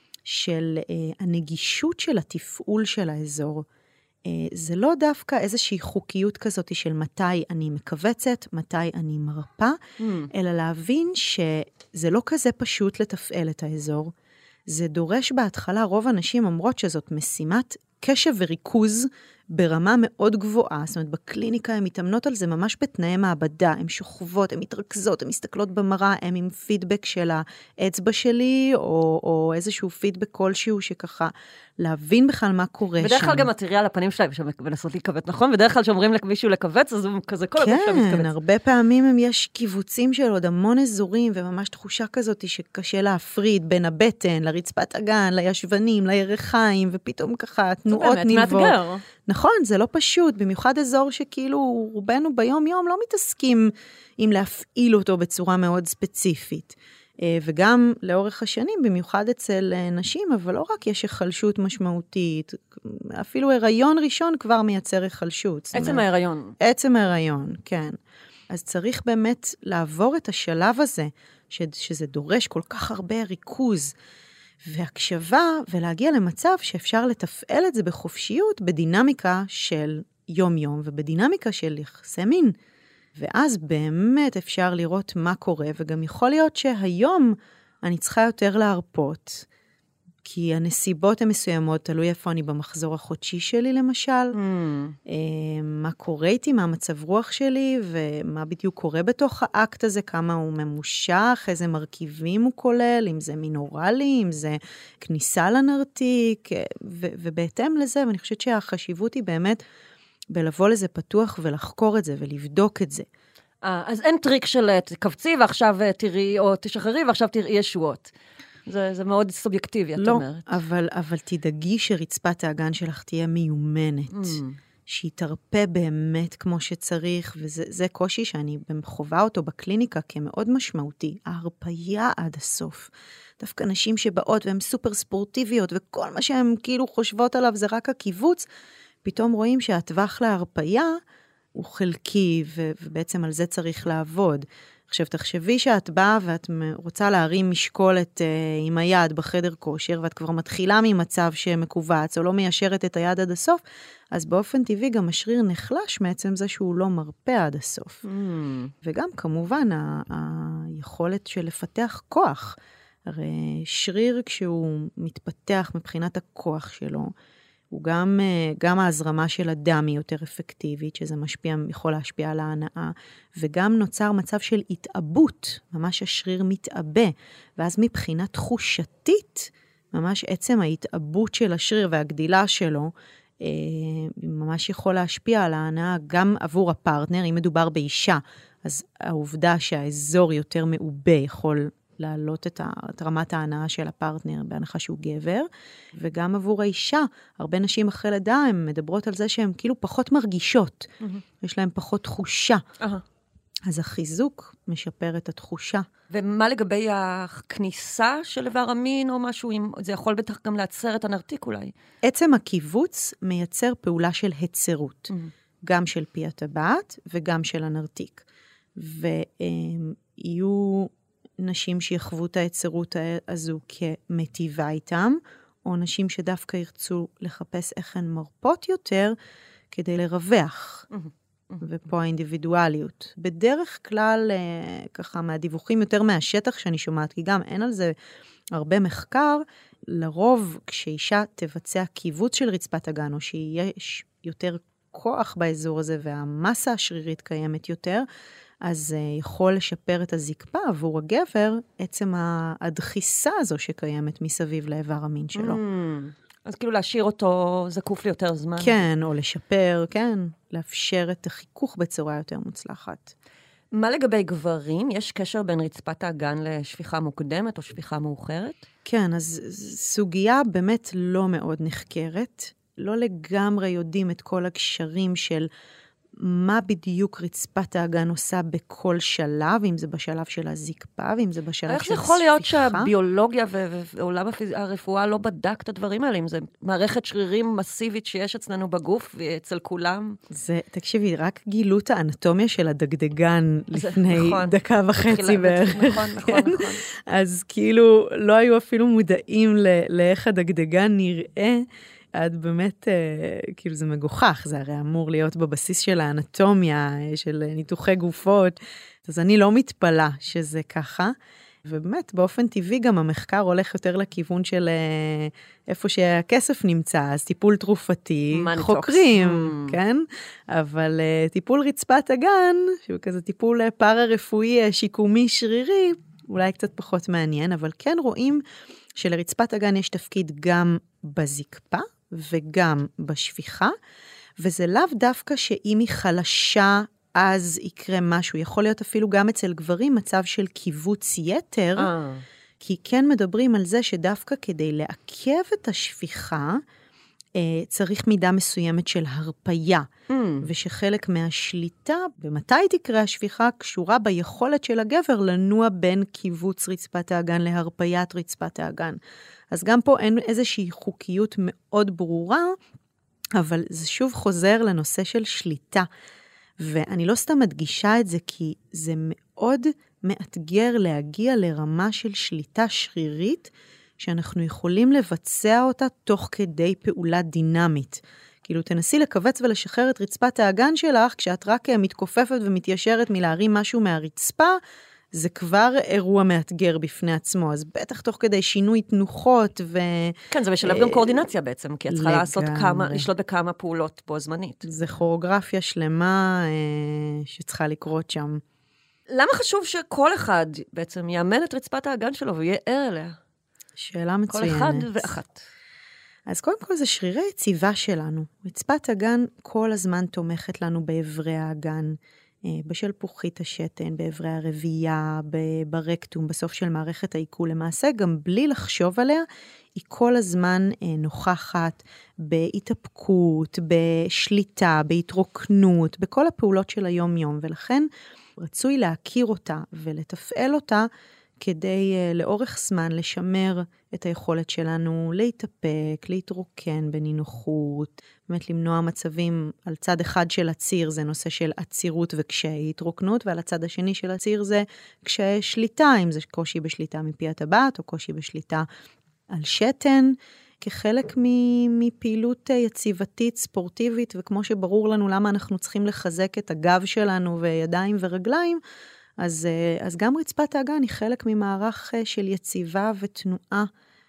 של הנגישות של התפעול של האזור. זה לא דווקא איזושהי חוקיות כזאת של מתי אני מקבצת, מתי אני מרפא, אלא להבין שזה לא כזה פשוט לתפעל את האזור. זה דורש בהתחלה, רוב האנשים אומרות שזאת משימת קשב וריכוז ברמה מאוד גבוהה, זאת אומרת, בקליניקה הן מתאמנות על זה ממש בתנאי מעבדה, הן שוכבות, הן מתרכזות, הן מסתכלות במראה, הן עם פידבק של האצבע שלי, או איזשהו פידבק כלשהו שככה, להבין בכלל מה קורה שם. בדרך כלל גם תראי על הפנים שלהם, שמנסות להיקבץ, נכון? בדרך כלל שאומרים למישהו לקבץ, אז הוא כזה כל הגוף שלהם מתכווץ. כן, הרבה פעמים יש קיבוצים של עוד המון אזורים, וממש תחושה כזאת שקשה להפריד בין הבטן, לרצפת הגן, לישבנים, לירכיים, ופתאום ככה תנועות נלוות. נכון, זה לא פשוט, במיוחד אזור שכאילו רובנו ביום יום לא מתעסקים עם להפעיל אותו בצורה מאוד ספציפית. וגם לאורך השנים, במיוחד אצל נשים, אבל לא רק יש החלשות משמעותית, אפילו הריון ראשון כבר מייצר החלשות. עצם ההיריון. עצם ההיריון, כן. אז צריך באמת לעבור את השלב הזה, שזה דורש כל כך הרבה ריכוז, והקשבה, ולהגיע למצב שאפשר לתפעל את זה בחופשיות, בדינמיקה של יום-יום, ובדינמיקה של יחסי מין. ואז באמת אפשר לראות מה קורה, וגם יכול להיות שהיום אני צריכה יותר להרפות, כי הנסיבות הן מסוימות, תלוי איפה אני במחזור החודשי שלי למשל, מה קורה איתי, מה המצב רוח שלי, ומה בדיוק קורה בתוך האקט הזה, כמה הוא ממושך, איזה מרכיבים הוא כולל, אם זה מינורלי, אם זה כניסה לנרתיק, ובהתאם לזה, ואני חושבת שהחשיבות היא באמת, בלבוא לזה פתוח ולחקור את זה ולבדוק את זה. אז אין טריק של תקבצי ועכשיו תראי, או תשחררי ועכשיו תראי ישועות. זה מאוד סובייקטיבי, את אומרת. לא, אבל תדאגי שרצפת האגן שלך תהיה מיומנת, שהיא תרפה באמת כמו שצריך, וזה קושי שאני חווה אותו בקליניקה כמאוד משמעותי, ההרפיה עד הסוף. דווקא נשים שבאות והן סופר ספורטיביות, וכל מה שהן כאילו חושבות עליו זה רק הקיבוץ, פתאום רואים שהטווח להרפיה הוא חלקי, ובעצם על זה צריך לעבוד. עכשיו, תחשבי שאת באה ואת רוצה להרים משקולת עם היד בחדר כושר, ואת כבר מתחילה ממצב שמקובץ, או לא מיישרת את היד עד הסוף, אז באופן טבעי גם השריר נחלש מעצם זה שהוא לא מרפא עד הסוף. וגם כמובן היכולת של לפתח כוח. הרי שריר כשהוא מתפתח מבחינת הכוח שלו, הוא גם ההזרמה של הדם היא יותר אפקטיבית, שזה יכול להשפיע על ההנאה, וגם נוצר מצב של התאבות, ממש השריר מתאבה, ואז מבחינה תחושתית, ממש עצם ההתאבות של השריר והגדילה שלו, ממש יכול להשפיע על ההנאה גם עבור הפרטנר, אם מדובר באישה, אז העובדה שהאזור יותר מעובה יכול להעלות את רמת ההנאה של הפרטנר, בהנחה שהוא גבר, וגם עבור האישה, הרבה נשים אחרי לידה, הן מדברות על זה שהן כאילו פחות מרגישות, יש להן פחות תחושה. אז החיזוק משפר את התחושה. ומה לגבי הכניסה של איבר המין או משהו, זה יכול בטח גם לעצר את הנרתיק אולי? עצם הקיבוץ מייצר פעולה של הצרות, גם של פי הטבעת וגם של הנרתיק. ויהיו נשים שיחוו את היצרות הזו כמטיבה איתם, או נשים שדווקא ירצו לחפש איך הן מרפות יותר, כדי לרווח. ופה האינדיבידואליות. בדרך כלל, ככה מהדיווחים יותר מהשטח שאני שומעת, כי גם אין על זה הרבה מחקר, לרוב כשאישה תבצע קיבוץ של רצפת הגן, או שיש יותר כוח באזור הזה, והמסה השרירית קיימת יותר, אז יכול לשפר את הזקפה עבור הגבר, עצם הדחיסה הזו שקיימת מסביב לאיבר המין שלו. אז כאילו להשאיר אותו זקוף ליותר זמן. כן, או לשפר, כן, לאפשר את החיכוך בצורה יותר מוצלחת. מה לגבי גברים? יש קשר בין רצפת האגן לשפיכה מוקדמת או שפיכה מאוחרת? כן, אז סוגיה באמת לא מאוד נחקרת. לא לגמרי יודעים את כל הקשרים של מה בדיוק רצפת האגן עושה בכל שלב, אם זה בשלב של הזקפה, ואם זה בשלב של איך הספיחה. זה יכול להיות שהביולוגיה ועולם הרפואה לא בדק את הדברים האלה, אם זה מערכת שרירים מסיבית שיש אצלנו בגוף ואצל כולם? תקשיבי, רק גילו את האנטומיה של הדגדגן לפני דקה וחצי בערך. נכון. אז כאילו לא היו אפילו מודעים לאיך הדגדגן נראה, עד באמת, כאילו זה מגוחך, זה הרי אמור להיות בבסיס של האנטומיה, של ניתוחי גופות, אז אני לא מתפלה שזה ככה, ובאמת באופן טבעי גם המחקר הולך יותר לכיוון של איפה שהכסף נמצא, אז טיפול תרופתי, חוקרים, כן? אבל טיפול רצפת הגן, שהוא כזה טיפול פארה-רפואי, שיקומי, שרירי, אולי קצת פחות מעניין, אבל כן רואים שלרצפת הגן יש תפקיד גם בזקפה, וגם בשפיכה, וזה לאו דווקא שאם היא חלשה, אז יקרה משהו. יכול להיות אפילו גם אצל גברים מצב של קיבוץ יתר, כי כן מדברים על זה שדווקא כדי לעכב את השפיכה, צריך מידה מסוימת של הרפיה, ושחלק מהשליטה, ומתי תקרה השפיכה, קשורה ביכולת של הגבר לנוע בין קיבוץ רצפת האגן להרפיית רצפת האגן. אז גם פה אין איזושהי חוקיות מאוד ברורה, אבל זה שוב חוזר לנושא של שליטה. ואני לא סתם מדגישה את זה, כי זה מאוד מאתגר להגיע לרמה של שליטה שרירית, שאנחנו יכולים לבצע אותה תוך כדי פעולה דינמית. כאילו תנסי לקבץ ולשחרר את רצפת האגן שלך, כשאת רק מתכופפת ומתיישרת מלהרים משהו מהרצפה, זה כבר אירוע מאתגר בפני עצמו, אז בטח תוך כדי שינוי תנוחות כן, זה משלב גם קואורדינציה בעצם, כי את צריכה לשלוט בכמה פעולות בו זמנית. זה כוריאוגרפיה שלמה שצריכה לקרות שם. למה חשוב שכל אחד בעצם יאמן את רצפת האגן שלו ויהיה ער אליה? שאלה מצוינת. כל אחד ואחת. אז קודם כל זה שרירי יציבה שלנו. רצפת הגן כל הזמן תומכת לנו בעברי האגן, בשלפוחית השתן, בעברי הרבייה, ברקטום, בסוף של מערכת העיכול. למעשה, גם בלי לחשוב עליה, היא כל הזמן נוכחת בהתאפקות, בשליטה, בהתרוקנות, בכל הפעולות של היום-יום, ולכן רצוי להכיר אותה ולתפעל אותה, כדי לאורך זמן לשמר את היכולת שלנו להתאפק, להתרוקן בנינוחות, באמת למנוע מצבים על צד אחד של הציר, זה נושא של עצירות וקשיי התרוקנות, ועל הצד השני של הציר זה קשיי שליטה, אם זה קושי בשליטה מפי הטבעת, או קושי בשליטה על שתן, כחלק מפעילות יציבתית, ספורטיבית, וכמו שברור לנו למה אנחנו צריכים לחזק את הגב שלנו וידיים ורגליים, אז גם רצפת האגן היא חלק ממערך של יציבה ותנועה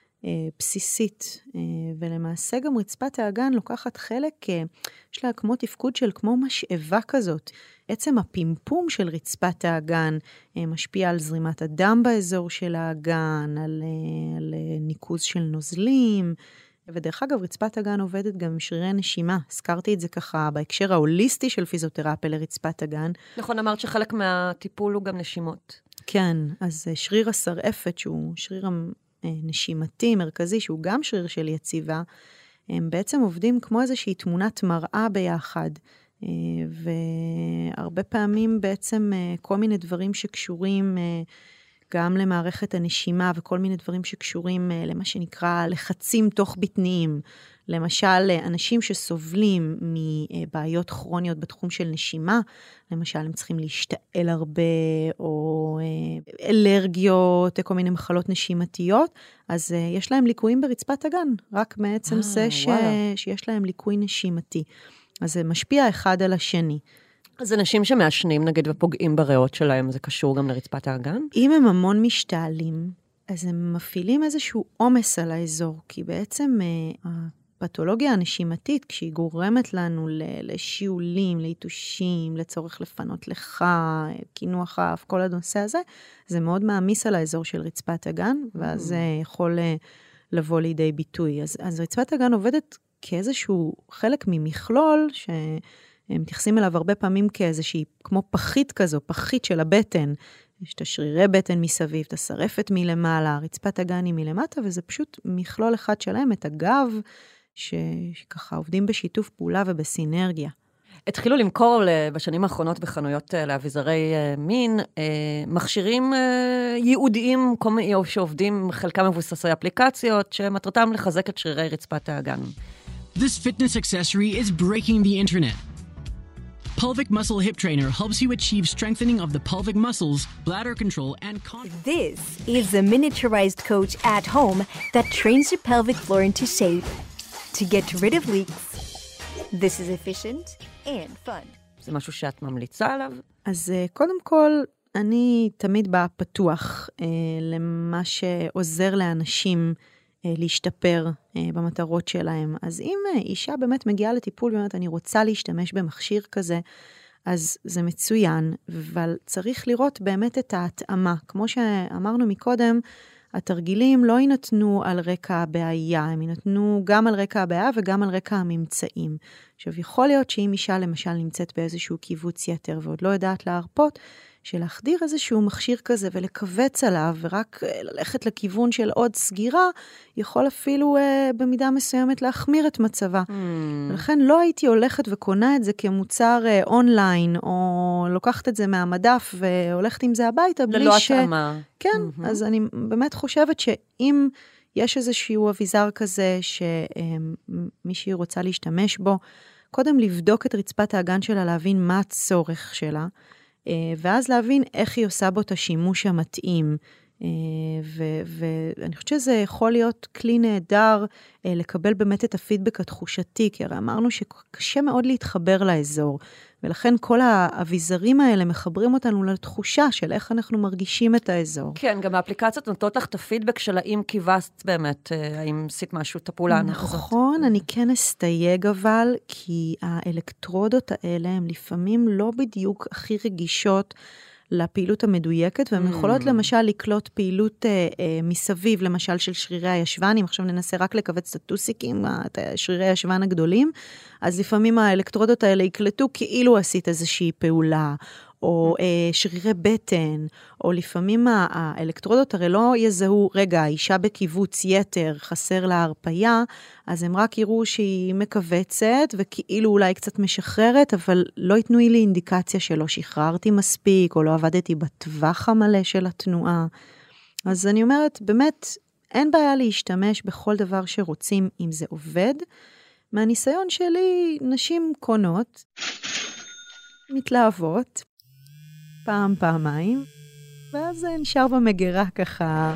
בסיסית, ולמעשה גם רצפת האגן לוקחת חלק, יש לה כמו תפקוד של כמו משאבה כזאת. עצם הפימפום של רצפת האגן משפיע על זרימת הדם באזור של האגן, על ניקוז של נוזלים, ודרך אגב, רצפת האגן עובדת גם עם שרירי נשימה. הזכרתי את זה ככה בהקשר ההוליסטי של פיזיותרפיה לרצפת האגן. נכון, אמרת שחלק מהטיפול הוא גם נשימות. כן, אז שריר השרעפת, שהוא שריר נשימתי מרכזי, שהוא גם שריר של יציבה, הם בעצם עובדים כמו איזושהי תמונת מראה ביחד, והרבה פעמים בעצם כל מיני דברים שקשורים גם למערכת הנשימה וכל מיני דברים שקשורים למה שנקרא לחצים תוך בטניים. למשל, אנשים שסובלים מבעיות כרוניות בתחום של נשימה, למשל, הם צריכים להשתעל הרבה, או אלרגיות, כל מיני מחלות נשימתיות, אז יש להם ליקויים ברצפת הגן, רק מעצם זה שיש להם ליקוי נשימתי. אז זה משפיע אחד על השני. אז אנשים שמעשנים, נגיד, ופוגעים בריאות שלהם, זה קשור גם לרצפת האגן? אם הם המון משתעלים, אז הם מפעילים איזשהו עומס על האזור, כי בעצם הפתולוגיה הנשימתית, כשהיא גורמת לנו לשיעולים, ליטושים, לצורך לפנות לך, כינוח האף, כל הנושא הזה, זה מאוד מעמיס על האזור של רצפת הגן, ואז זה יכול לבוא לידי ביטוי. אז רצפת הגן עובדת כאיזשהו חלק ממכלול, הם מתייחסים אליו הרבה פעמים כאיזושהי, כמו פחית כזו, פחית של הבטן. יש את השרירי בטן מסביב, את השרפת מלמעלה, רצפת הגן היא מלמטה, וזה פשוט מכלול אחד שלהם, את הגב, שככה עובדים בשיתוף פעולה ובסינרגיה. התחילו למכור בשנים האחרונות בחנויות לאביזרי מין, מכשירים ייעודיים שעובדים, חלקם מבוססי אפליקציות, שמטרתם לחזק את שרירי רצפת האגן. This fitness accessory is breaking the internet. Pelvic Muscle Hip Trainer helps you achieve strengthening of the pelvic muscles, bladder control, and confidence. This is a miniaturized coach at home that trains your pelvic floor into shape to get rid of leaks. This is efficient and fun. זה משהו שאת ממליצה עליו? אז קודם כל, אני תמיד באה פתוח למה שעוזר לאנשים להשתפר במטרות שלהם. אז אם אישה באמת מגיעה לטיפול, באמת אני רוצה להשתמש במכשיר כזה, אז זה מצוין, אבל צריך לראות באמת את ההתאמה. כמו שאמרנו מקודם, התרגילים לא יינתנו על רקע הבעיה, הם יינתנו גם על רקע הבעיה וגם על רקע הממצאים. עכשיו, יכול להיות שאם אישה למשל נמצאת באיזשהו קיבוץ יתר ועוד לא יודעת להרפות, שלהחדיר איזשהו מכשיר כזה ולקבץ עליו ורק ללכת לכיוון של עוד סגירה, יכול אפילו במידה מסוימת להחמיר את מצבה. ולכן לא הייתי הולכת וקונה את זה כמוצר אונליין, או לוקחת את זה מהמדף והולכת עם זה הביתה. ללא התאמה. כן, אז אני באמת חושבת שאם יש איזשהו אביזר כזה שמישהי רוצה להשתמש בו, קודם לבדוק את רצפת האגן שלה, להבין מה הצורך שלה, ואז להבין איך היא עושה בו את השימוש המתאים. ואני חושבת שזה יכול להיות כלי נהדר לקבל באמת את הפידבק התחושתי, כי הרי אמרנו שקשה מאוד להתחבר לאזור, ולכן כל האביזרים האלה מחברים אותנו לתחושה של איך אנחנו מרגישים את האזור. כן, גם האפליקציות נותנות לך את הפידבק של האם כיווסת באמת, האם עשית משהו, את הפעולה. נכון, אני כן אסתייג אבל, כי האלקטרודות האלה הן לפעמים לא בדיוק הכי רגישות לפעילות המדויקת, והן יכולות למשל לקלוט פעילות מסביב, למשל של שרירי הישבן, אם עכשיו ננסה רק לקבץ את הטוסיקים, את שרירי הישבן הגדולים, אז לפעמים האלקטרודות האלה יקלטו כאילו עשית איזושהי פעולה, או שרירי בטן, או לפעמים האלקטרודות הרי לא יזהו, רגע, האישה בקיבוץ יתר, חסר לה הרפיה, אז הם רק יראו שהיא מקבצת, וכאילו אולי קצת משחררת, אבל לא ייתנו לי אינדיקציה שלא שחררתי מספיק, או לא עבדתי בטווח המלא של התנועה. אז אני אומרת, באמת, אין בעיה להשתמש בכל דבר שרוצים, אם זה עובד. מהניסיון שלי, נשים קונות, מתלהבות, פעם, פעמיים, ואז זה נשאר במגירה ככה.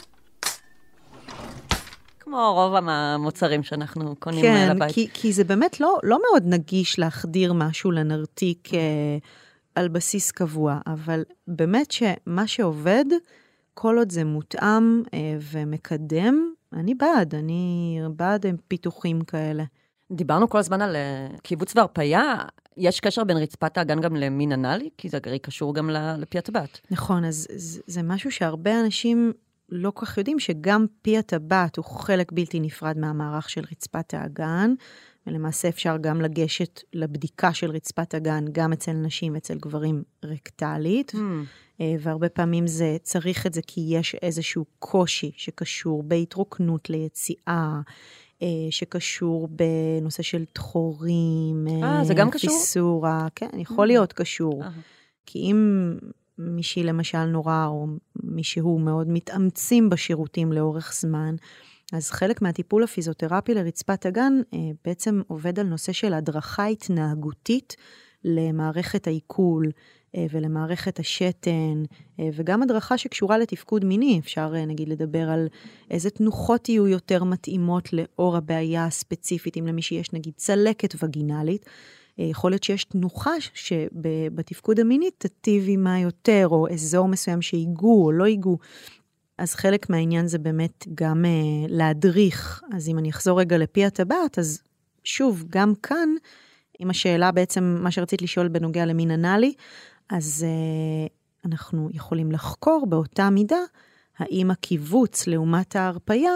כמו רוב המוצרים שאנחנו קונים לבית. כן, כי זה באמת לא מאוד נגיש להחדיר משהו לנרתיק על בסיס קבוע, אבל באמת שמה שעובד, כל עוד זה מותאם ומקדם, אני בעד פיתוחים כאלה. דיברנו כל הזמן על קיבוץ והרפיה, יש קשר בין רצפת האגן גם למין אנלי? כי זה קשור גם לפי הטבעת. נכון, אז זה משהו שהרבה אנשים לא כל כך יודעים, שגם פי הטבעת הוא חלק בלתי נפרד מהמערך של רצפת האגן, ולמעשה אפשר גם לגשת לבדיקה של רצפת האגן, גם אצל נשים, אצל גברים רקטלית, והרבה פעמים זה צריך את זה כי יש איזשהו קושי שקשור בהתרוקנות ליציאה, שקשור בנושא של תחורים, זה גם קשור? פיסורה, כן, יכול להיות קשור. כי אם מישהי למשל נורא, או מישהו מאוד מתאמצים בשירותים לאורך זמן, אז חלק מהטיפול הפיזיותרפי לרצפת הגן בעצם עובד על נושא של הדרכה התנהגותית למערכת העיכול ולמערכת השתן, וגם הדרכה שקשורה לתפקוד מיני. אפשר נגיד לדבר על איזה תנוחות יהיו יותר מתאימות לאור הבעיה הספציפית, אם למי שיש נגיד צלקת וגינלית, יכול להיות שיש תנוחה שבתפקוד המיני תטיב עימה יותר, או אזור מסוים שיגעו או לא יגעו. אז חלק מהעניין זה באמת גם להדריך. אז אם אני אחזור רגע לפי הטבעת, אז שוב, גם כאן, עם השאלה בעצם, מה שרצית לשאול בנוגע למין אנלי, אז אנחנו יכולים לחקור באותה מידה, האם הקיבוץ לעומת ההרפיה,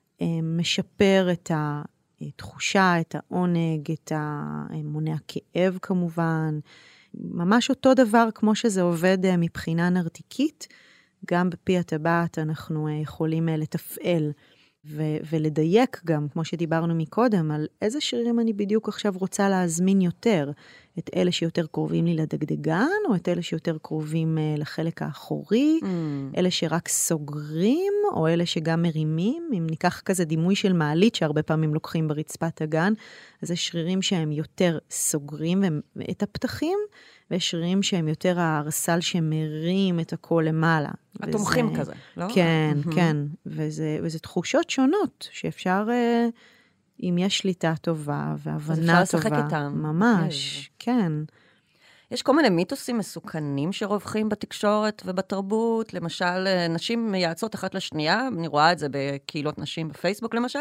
משפר את התחושה, את העונג, את מונע כאב כמובן, ממש אותו דבר כמו שזה עובד מבחינה נרתיקית, גם בפי הטבעת אנחנו יכולים לתפעל ולדייק גם, כמו שדיברנו מקודם, על איזה שרירים אני בדיוק עכשיו רוצה להזמין יותר, את אלה שיותר קרובים לי לדגדגן, או את אלה שיותר קרובים לחלק האחורי, אלה שרק סוגרים, או אלה שגם מרימים. אם ניקח כזה דימוי של מעלית, שהרבה פעמים לוקחים ברצפת הגן, אז יש שרירים שהם יותר סוגרים את הפתחים, ויש שרירים שהם יותר הארסל שמרים את הכל למעלה. התומכים כזה, לא? כן, כן. וזה תחושות שונות, שאפשר, אם יש שליטה טובה, והבנה טובה. לשחק איתם. ממש, כן. יש כל מיני מיתוסים מסוכנים שרווחים בתקשורת ובתרבות, למשל, נשים מייעצות אחת לשנייה, אני רואה את זה בקהילות נשים בפייסבוק למשל,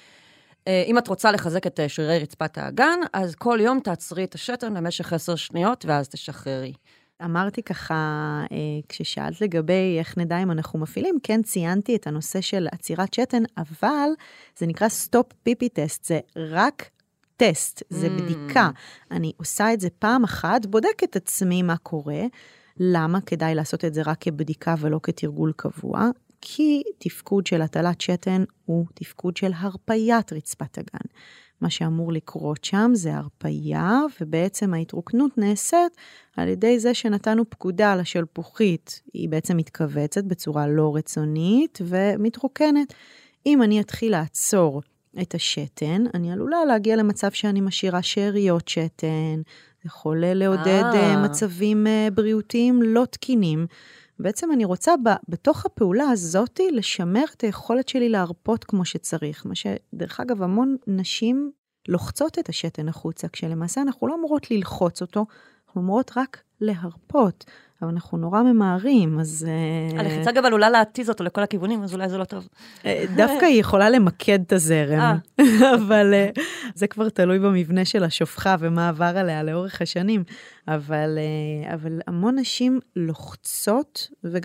אם את רוצה לחזק את שרירי רצפת האגן, אז כל יום תעצרי את השתן למשך 10 שניות, ואז תשחררי. אמרתי ככה, כששאלת לגבי איך נדע אם אנחנו מפעילים, כן ציינתי את הנושא של עצירת שתן, אבל זה נקרא סטופ פיפי טסט, זה רק טסט, זה בדיקה. אני עושה את זה פעם אחת, בודק את עצמי מה קורה, למה כדאי לעשות את זה רק כבדיקה ולא כתרגול קבוע, כי תפקוד של הטלת שתן הוא תפקוד של הרפיית רצפת הגן. מה שאמור לקרות שם זה הרפייה, ובעצם ההתרוקנות נעשית על ידי זה שנתנו פקודה לשלפוחית, היא בעצם מתכווצת בצורה לא רצונית ומתרוקנת. אם אני אתחיל לעצור את השתן, אני עלולה להגיע למצב שאני משאירה שאריות שתן, זה יכול לעודד מצבים בריאותיים לא תקינים, בעצם אני רוצה בתוך הפעולה הזאת לשמר את היכולת שלי להרפות כמו שצריך, מה שדרך אגב המון נשים לוחצות את השתן החוצה, כשלמעשה אנחנו לא אמורות ללחוץ אותו, אנחנו אמורות רק להרפות, אבל אנחנו נורא ממהרים, אז... הלחיצה גם עלולה להתיז אותו לכל הכיוונים, אז אולי זה לא טוב. דווקא היא יכולה למקד את הזרם, אבל זה כבר תלוי במבנה של השופחה, ומה עבר עליה לאורך השנים, אבל המון נשים לוחצות,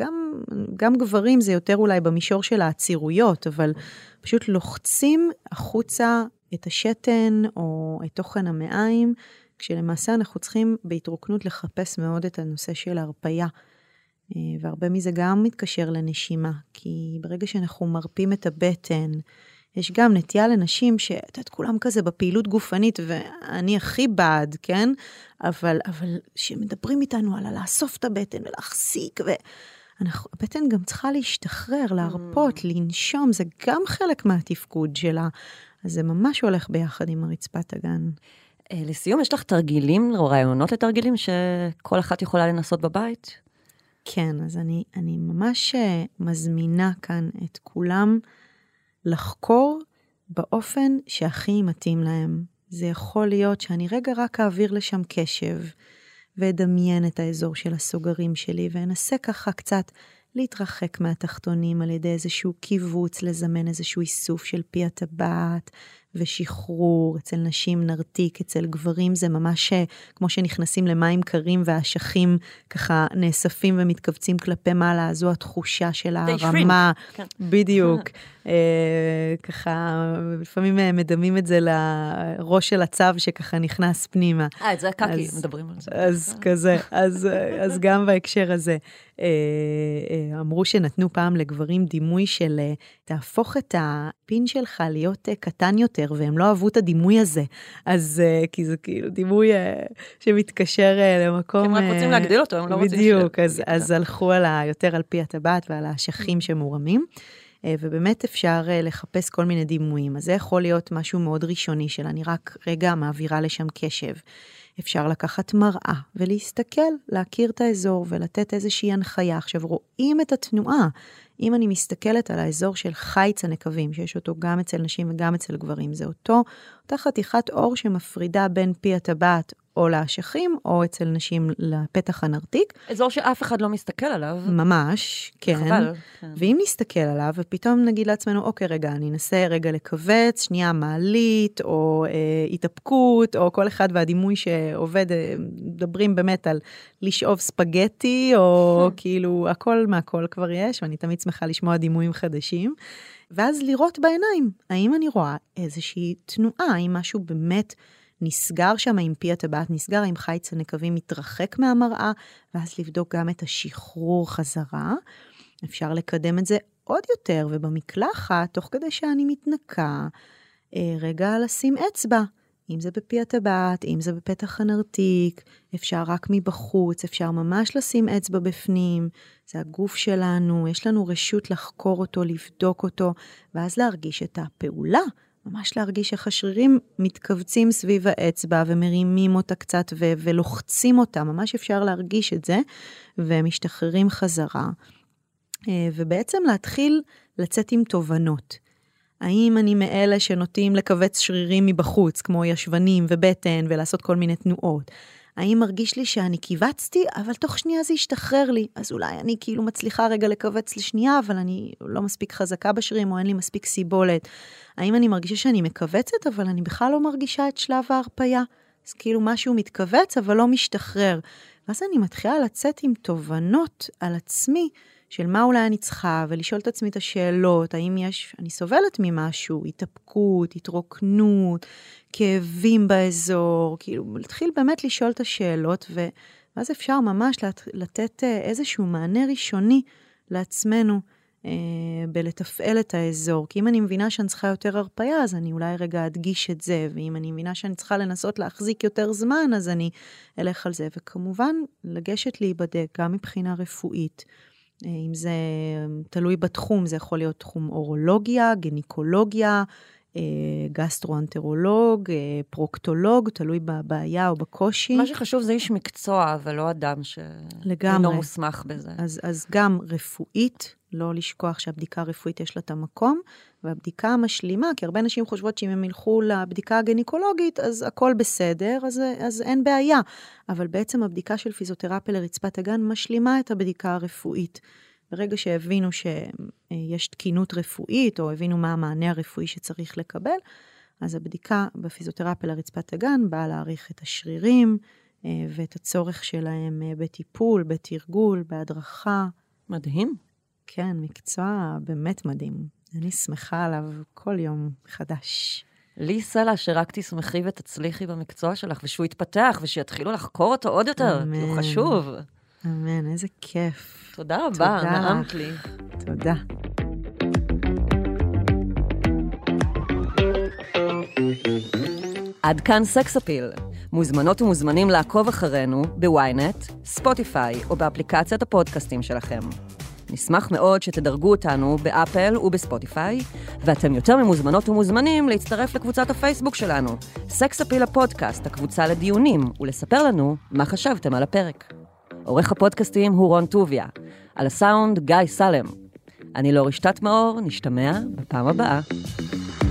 וגם גברים זה יותר אולי במישור של העצירויות, אבל פשוט לוחצים החוצה את השתן, או את תוכן המעיים, כשלמעשה אנחנו צריכים בהתרוקנות לחפש מאוד את הנושא של ההרפיה, והרבה מזה גם מתקשר לנשימה, כי ברגע שאנחנו מרפים את הבטן, יש גם נטייה לנשים שאת כולם כזה בפעילות גופנית, ואני הכי בעד, כן? אבל שמדברים איתנו על לאסוף את הבטן ולהחזיק, הבטן גם צריכה להשתחרר, להרפות, לנשום, זה גם חלק מהתפקוד שלה, אז זה ממש הולך ביחד עם הרצפת הגן. לסיום, יש לך תרגילים או רעיונות לתרגילים שכל אחת יכולה לנסות בבית? כן, אז אני ממש מזמינה כאן את כולם לחקור באופן שהכי מתאים להם. זה יכול להיות שאני רגע רק אעביר לשם קשב, ואדמיין את האזור של הסוגרים שלי, ואנסה ככה קצת להתרחק מהתחתונים על ידי איזשהו קיבוץ, לזמן איזשהו איסוף של פי הטבעת, ושחרור, אצל נשים נרתיק, אצל גברים זה ממש כמו שנכנסים למים קרים והאשכים ככה נאספים ומתכווצים כלפי מעלה, זו התחושה של הרמה, בדיוק. ככה, לפעמים מדמים את זה לראש של הצו שככה נכנס פנימה. את זה הקקי, מדברים על זה. אז כזה, אז גם בהקשר הזה. אמרו שנתנו פעם לגברים דימוי של תהפוך את הפין שלך להיות קטן יותר, והם לא אהבו את הדימוי הזה. אז כי זה כאילו דימוי שמתקשר למקום... הם רק רוצים להגדיל אותו, הם לא רוצים... בדיוק, אז הלכו יותר על פי הטבעת ועל האשכים שמורמים. ובאמת אפשר לחפש כל מיני דימויים. אז זה יכול להיות משהו מאוד ראשוני של אני רק רגע מעבירה לשם קשב. אפשר לקחת מראה ולהסתכל, להכיר את האזור ולתת איזושהי הנחיה. עכשיו רואים את התנועה. אם אני מסתכלת על האזור של חיץ הנקבים, שיש אותו גם אצל נשים וגם אצל גברים, זה אותה חתיכת אור שמפרידה בין פי הטבעת או לאשכים, או אצל נשים לפתח הנרתיק. אזור שאף אחד לא מסתכל עליו. ממש, כן. חבל. ואם נסתכל עליו, ופתאום נגיד לעצמנו, אוקיי, רגע, אני אנסה רגע לקבץ, שנייה מעלית, או התאפקות, או כל אחד והדימוי שעובד, מדברים באמת על לשאוב ספגטי, או כאילו, הכל מהכל כבר יש, ואני תמיד שמחה לשמוע דימויים חדשים. ואז לראות בעיניים, האם אני רואה איזושהי תנועה, האם משהו באמת נסגר שם, עם פי הטבעת נסגר, עם חיץ הנקבים מתרחק מהמראה, ואז לבדוק גם את השחרור חזרה. אפשר לקדם את זה עוד יותר, ובמקלחת, תוך כדי שאני מתנקה, רגע לשים אצבע, אם זה בפי הטבעת, אם זה בפתח הנרתיק, אפשר רק מבחוץ, אפשר ממש לשים אצבע בפנים, זה הגוף שלנו, יש לנו רשות לחקור אותו, לבדוק אותו, ואז להרגיש את הפעולה, ממש להרגיש איך השרירים מתכווצים סביב האצבע ומרימים אותה קצת ולוחצים אותה, ממש אפשר להרגיש את זה, ומשתחררים חזרה. ובעצם להתחיל לצאת עם תובנות. האם אני מאלה שנוטים לקבץ שרירים מבחוץ, כמו ישבנים ובטן, ולעשות כל מיני תנועות? האם מרגיש לי שאני קיבצתי, אבל תוך שנייה זה ישתחרר לי, אז אולי אני כאילו מצליחה רגע לקבץ לשנייה, אבל אני לא מספיק חזקה בשרירים, או אין לי מספיק סיבולת. האם אני מרגישה שאני מקבצת, אבל אני בכלל לא מרגישה את שלב ההרפיה? אז כאילו משהו מתכווץ, אבל לא משתחרר. ואז אני מתחילה לצאת עם תובנות על עצמי, של מה אולי אני צריכה, ולשאול את עצמי את השאלות, האם אני סובלת ממשהו, התאפקות, התרוקנות, כאבים באזור, כאילו, להתחיל באמת לשאול את השאלות, ואז אפשר ממש לתת איזשהו מענה ראשוני לעצמנו, בלתפעל את האזור, כי אם אני מבינה שאני צריכה יותר הרפיה, אז אני אולי רגע אדגיש את זה, ואם אני מבינה שאני צריכה לנסות להחזיק יותר זמן, אז אני אלך על זה, וכמובן, לגשת להיבדק, גם מבחינה רפואית, אם זה תלוי בתחום, זה יכול להיות תחום אורולוגיה, גניקולוגיה, גסטרואנטרולוג, פרוקטולוג, תלוי בבעיה או בקושי. מה שחשוב זה איש מקצוע, ולא אדם שאינו מוסמך בזה. אז גם רפואית, לא לשכוח שהבדיקה הרפואית יש לה את המקום, והבדיקה המשלימה, כי הרבה אנשים חושבות שאם הם ילכו לבדיקה הגניקולוגית, אז הכל בסדר, אז אין בעיה. אבל בעצם הבדיקה של פיזיותרפיה לרצפת הגן משלימה את הבדיקה הרפואית. ברגע שהבינו שיש תקינות רפואית, או הבינו מה המענה הרפואי שצריך לקבל, אז הבדיקה בפיזיותרפיה לרצפת הגן באה להעריך את השרירים, ואת הצורך שלהם בטיפול, בתרגול, בהדרכה. מדהים. כן, מקצוע באמת מדהים. אני שמחה עליו כל יום חדש. לי סלע שרק תשמחי ותצליחי במקצוע שלך, ושהוא יתפתח, ושיתחילו לחקור אותו עוד יותר, כי הוא חשוב. אמן, איזה כיף. תודה רבה, נעמת לי. תודה. עד כאן סקס אפיל. מוזמנות ומוזמנים לעקוב אחרינו בוויינט, ספוטיפיי או באפליקציית הפודקאסטים שלכם. נשמח מאוד שתדרגו אותנו באפל ובספוטיפיי, ואתם יותר ממוזמנות ומוזמנים להצטרף לקבוצת הפייסבוק שלנו, סקס אפיל הפודקאסט, הקבוצה לדיונים, ולספר לנו מה חשבתם על הפרק. עורך הפודקאסטים הוא רון טוביה, על הסאונד גיא סלם. אני לא רשתת מאור, נשתמע בפעם הבאה.